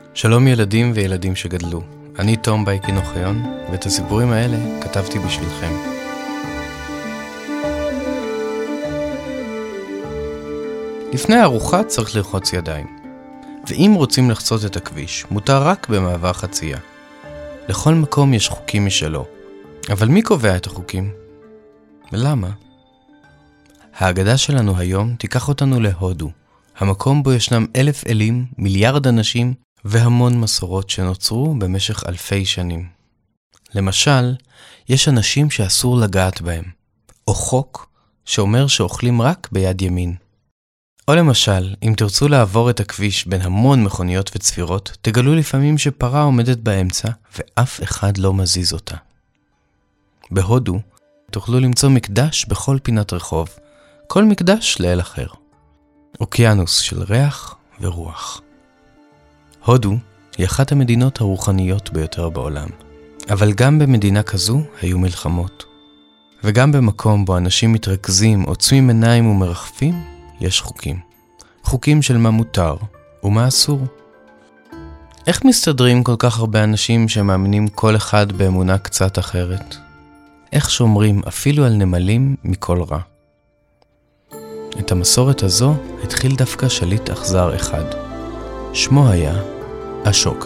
שלום ילדים וילדים שגדלו, אני תום בייקין אוחיון, ואת הסיפורים האלה כתבתי בשבילכם. לפני הארוחה צריך לרחוץ ידיים, ואם רוצים לחצות את הכביש, מותר רק במעבר חצייה. לכל מקום יש חוקים משלו, אבל מי קובע את החוקים? ולמה? ההגדה שלנו היום תיקח אותנו להודו, המקום בו ישנם 1,000 אלים, מיליארד אנשים והמון מסורות שנוצרו במשך אלפי שנים. למשל, יש אנשים שאסור לגעת בהם, או חוק שאומר שאוכלים רק ביד ימין. או למשל, אם תרצו לעבור את הכביש בין המון מכוניות וצפירות, תגלו לפעמים שפרה עומדת באמצע ואף אחד לא מזיז אותה. בהודו תוכלו למצוא מקדש בכל פינת רחוב, כל מקדש לאל אחר. אוקיינוס של ריח ורוח. הודו היא אחת המדינות הרוחניות ביותר בעולם, אבל גם במדינה כזו היו מלחמות. וגם במקום בו אנשים מתרכזים, עוצמים עיניים ומרחפים, יש חוקים. חוקים של מה מותר ומה אסור. איך מסתדרים כל כך הרבה אנשים שמאמינים כל אחד באמונה קצת אחרת? איך שומרים אפילו על נמלים מכל רע? את המסורת הזו התחיל דווקא שליט אכזר אחד. שמו היה אשוקה.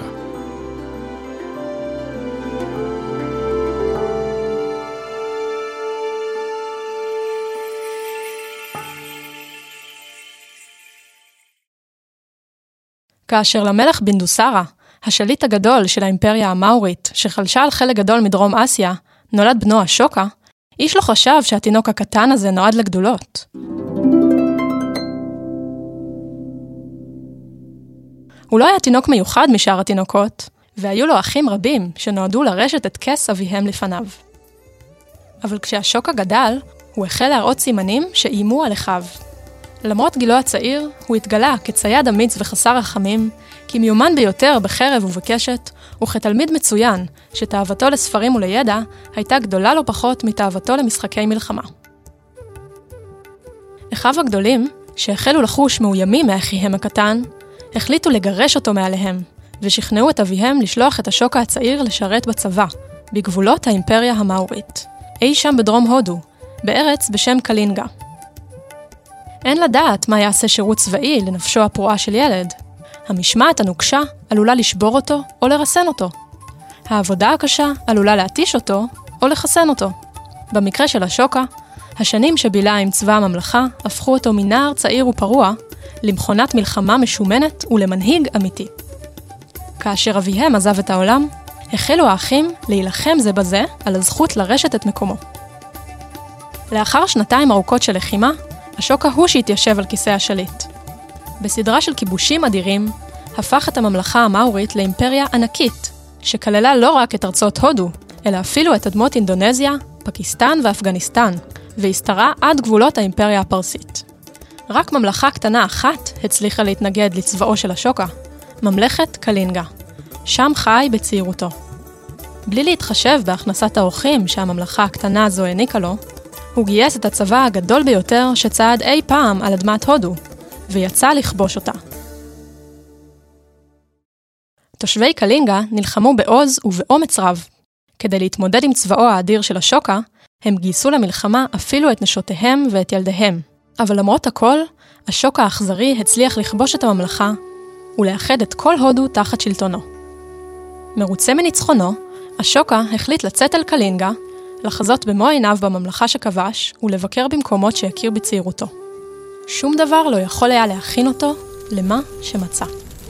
כאשר למלך בינדוסרה, השליט הגדול של האימפריה המאורית, שחלשה על חלק גדול מדרום אסיה, נולד בנו אשוקה, איש לא חשב שהתינוק הקטן הזה נועד לגדולות. הוא לא היה תינוק מיוחד משאר התינוקות, והיו לו אחים רבים שנועדו לרשת את כס אביהם לפניו. אבל כשאשוקה גדל, הוא החל להראות סימנים שאיימו על אחיו. למרות גילו הצעיר, הוא התגלה כצייד אמיץ וחסר רחמים, כמיומן ביותר בחרב ובקשת, וכתלמיד מצוין, שתאוותו לספרים ולידע הייתה גדולה לא פחות מתאוותו למשחקי מלחמה. אחיו הגדולים, שהחלו לחוש מאוימים מאחיהם הקטן, החליטו לגרש אותו מעליהם, ושכנעו את אביהם לשלוח את אשוקה הצעיר לשרת בצבא, בגבולות האימפריה המאורית, אי שם בדרום הודו, בארץ בשם קלינגה. אין לדעת מה יעשה שירות צבאי לנפשו הפרועה של ילד. המשמעת הנוקשה עלולה לשבור אותו או לרסן אותו. העבודה הקשה עלולה להתיש אותו או לחסן אותו. במקרה של אשוקה, השנים שבילה עם צבא הממלכה הפכו אותו מנער צעיר ופרוע למכונת מלחמה משומנת ולמנהיג אמיתי. כאשר אביהם עזב את העולם, החלו האחים להילחם זה בזה על הזכות לרשת את מקומו. לאחר שנתיים ארוכות של לחימה, אשוקה הוא שהתיישב על כיסא השליט. בסדרה של כיבושים אדירים, הפך את הממלכה המאורית לאימפריה ענקית, שכללה לא רק את ארצות הודו, אלא אפילו את אדמות אינדונזיה, פקיסטן ואפגניסטן, והסתרה עד גבולות האימפריה הפרסית. רק ממלכה קטנה אחת הצליחה להתנגד לצבאו של אשוקה, ממלכת קלינגה. שם חי בצעירותו. בלי להתחשב בהכנסת האורחים שהממלכה הקטנה הזו העניקה לו, הוא גייס את הצבא הגדול ביותר שצעד אי פעם על אדמת הודו, ויצא לכבוש אותה. תושבי קלינגה נלחמו בעוז ובאומץ רב. כדי להתמודד עם צבאו האדיר של אשוקה, הם גייסו למלחמה אפילו את נשותיהם ואת ילדיהם. אבל למרות הכל, אשוקה האכזרי הצליח לכבוש את הממלכה, ולאחד את כל הודו תחת שלטונו. מרוצה מניצחונו, אשוקה החליט לצאת אל קלינגה, לחזות במו עיניו בממלכה שכבש, ולבקר במקומות שהכיר בצעירותו. שום דבר לא יכול היה להכין אותו למה שמצא.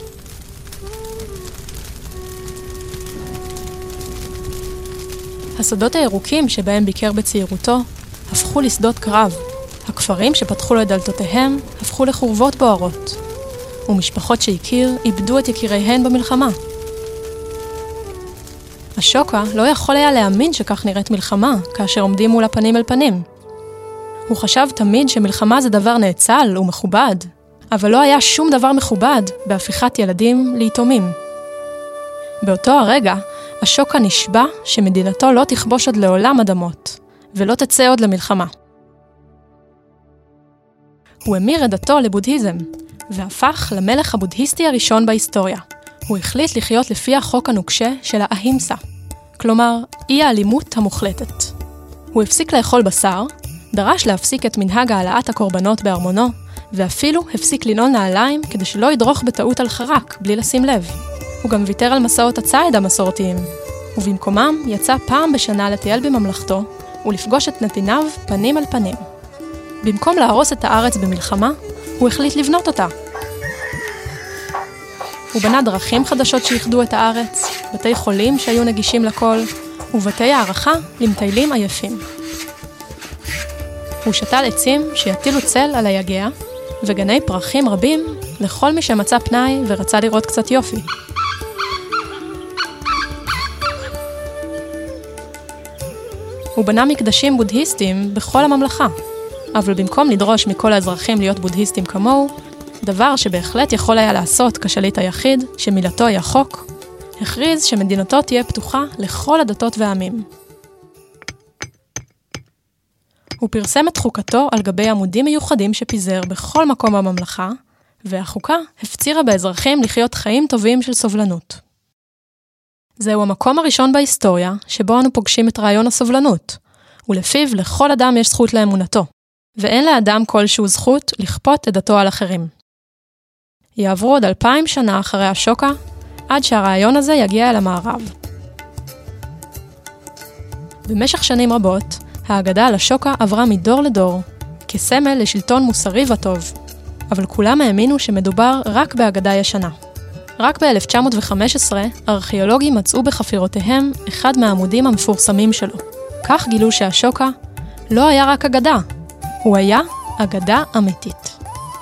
השדות הירוקים שבהם ביקר בצעירותו הפכו לשדות קרב. הכפרים שפתחו לדלתותיהם הפכו לחורבות בוערות. ומשפחות שהכיר איבדו את יקיריהן במלחמה. אשוקה לא יכול היה להאמין שכך נראית מלחמה, כאשר עומדים מול הפנים אל פנים. הוא חשב תמיד שמלחמה זה דבר נאצל ומכובד, אבל לא היה שום דבר מכובד בהפיכת ילדים ליתומים. באותו הרגע, אשוקה נשבע שמדינתו לא תכבוש עוד לעולם אדמות, ולא תצא עוד למלחמה. הוא המיר את דתו לבודהיזם, והפך למלך הבודהיסטי הראשון בהיסטוריה, הוא החליט לחיות לפי החוק הנוקשה של האהימסה, כלומר, אי האלימות המוחלטת. הוא הפסיק לאכול בשר, דרש להפסיק את מנהג העלאת הקורבנות בארמונו, ואפילו הפסיק לנעול נעליים כדי שלא ידרוך בטעות על חרק בלי לשים לב. הוא גם ויתר על מסעות הציד המסורתיים, ובמקומם יצא פעם בשנה לטייל בממלכתו ולפגוש את נתיניו פנים על פנים. במקום להרוס את הארץ במלחמה, הוא החליט לבנות אותה. הוא בנה דרכים חדשות שיחדו את הארץ, בתי חולים שהיו נגישים לכל, ובתי הערכה למטיילים עייפים. הוא שתל עצים שיטילו צל על היגע, וגני פרחים רבים לכל מי שמצא פנאי ורצה לראות קצת יופי. הוא בנה מקדשים בודהיסטים בכל הממלכה, אבל במקום לדרוש מכל האזרחים להיות בודהיסטים כמוהו, דבר שבהחלט יכול היה לעשות כשליט היחיד, שמילתו היא החוק, הכריז שמדינתו תהיה פתוחה לכל הדתות והעמים. הוא פרסם את חוקתו על גבי עמודים מיוחדים שפיזר בכל מקום בממלכה, והחוקה הפצירה באזרחים לחיות חיים טובים של סובלנות. זהו המקום הראשון בהיסטוריה שבו אנו פוגשים את רעיון הסובלנות, ולפיו לכל אדם יש זכות לאמונתו, ואין לאדם כלשהו זכות לכפות את דתו על אחרים. יעברו עוד 2000 שנה אחרי השוקה, עד שהרעיון הזה יגיע אל המערב. במשך שנים רבות, האגדה על השוקה עברה מדור לדור, כסמל לשלטון מוסרי וטוב, אבל כולם האמינו שמדובר רק באגדה ישנה. רק ב-1915 ארכיאולוגים מצאו בחפירותיהם אחד מהעמודים המפורסמים שלו. כך גילו שהשוקה לא היה רק אגדה, הוא היה אגדה אמיתית.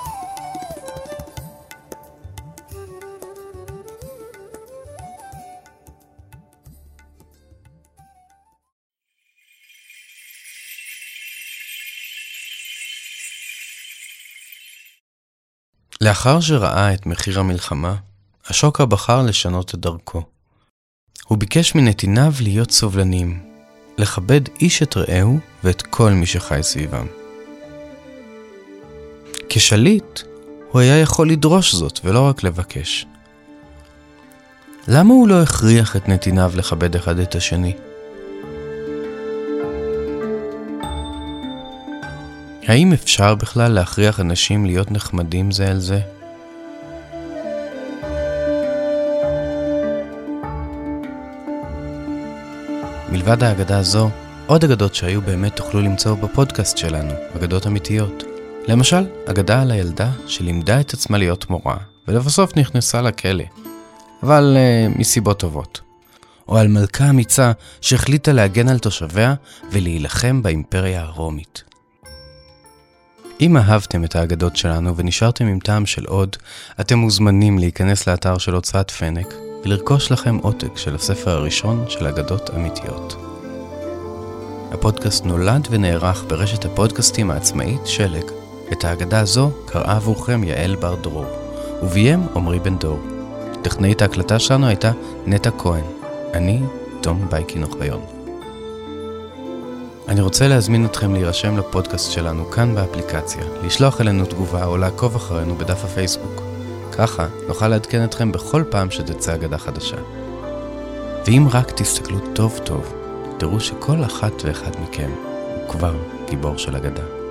לאחר שראה את מחיר המלחמה, השוקה בחר לשנות את דרכו. הוא ביקש מנתיניו להיות סובלניים, לכבד איש את רעהו ואת כל מי שחי סביבם. כשליט, הוא היה יכול לדרוש זאת ולא רק לבקש. למה הוא לא הכריח את נתיניו לכבד אחד את השני? האם אפשר בכלל להכריח אנשים להיות נחמדים זה אל זה? מלבד האגדה הזו, עוד אגדות שהיו באמת תוכלו למצוא בפודקאסט שלנו, אגדות אמיתיות. למשל, אגדה על הילדה שלימדה את עצמה להיות מורה, ולבסוף נכנסה לכלא, אבל מסיבות טובות. או על מלכה אמיצה שהחליטה להגן על תושביה ולהילחם באימפריה הרומית. אם אהבתם את האגדות שלנו ונשארתם עם טעם של עוד, אתם מוזמנים להיכנס לאתר של הוצאת פנק ולרכוש לכם עותק של הספר הראשון של אגדות אמיתיות. הפודקאסט נולד ונערך ברשת הפודקאסטים העצמאית שלג. את האגדה הזו קראה עבורכם יעל בר דרור, וביים עמרי בן דור. טכנאית ההקלטה שלנו הייתה נטע כהן. אני תום בייקין אוחיון. אני רוצה להזמין אתכם להירשם לפודקאסט שלנו כאן באפליקציה, לשלוח אלינו תגובה או לעקוב אחרינו בדף הפייסבוק. ככה נוכל לעדכן אתכם בכל פעם שתצא אגדה חדשה. ואם רק תסתכלו טוב טוב, תראו שכל אחת ואחד מכם הוא כבר גיבור של אגדה.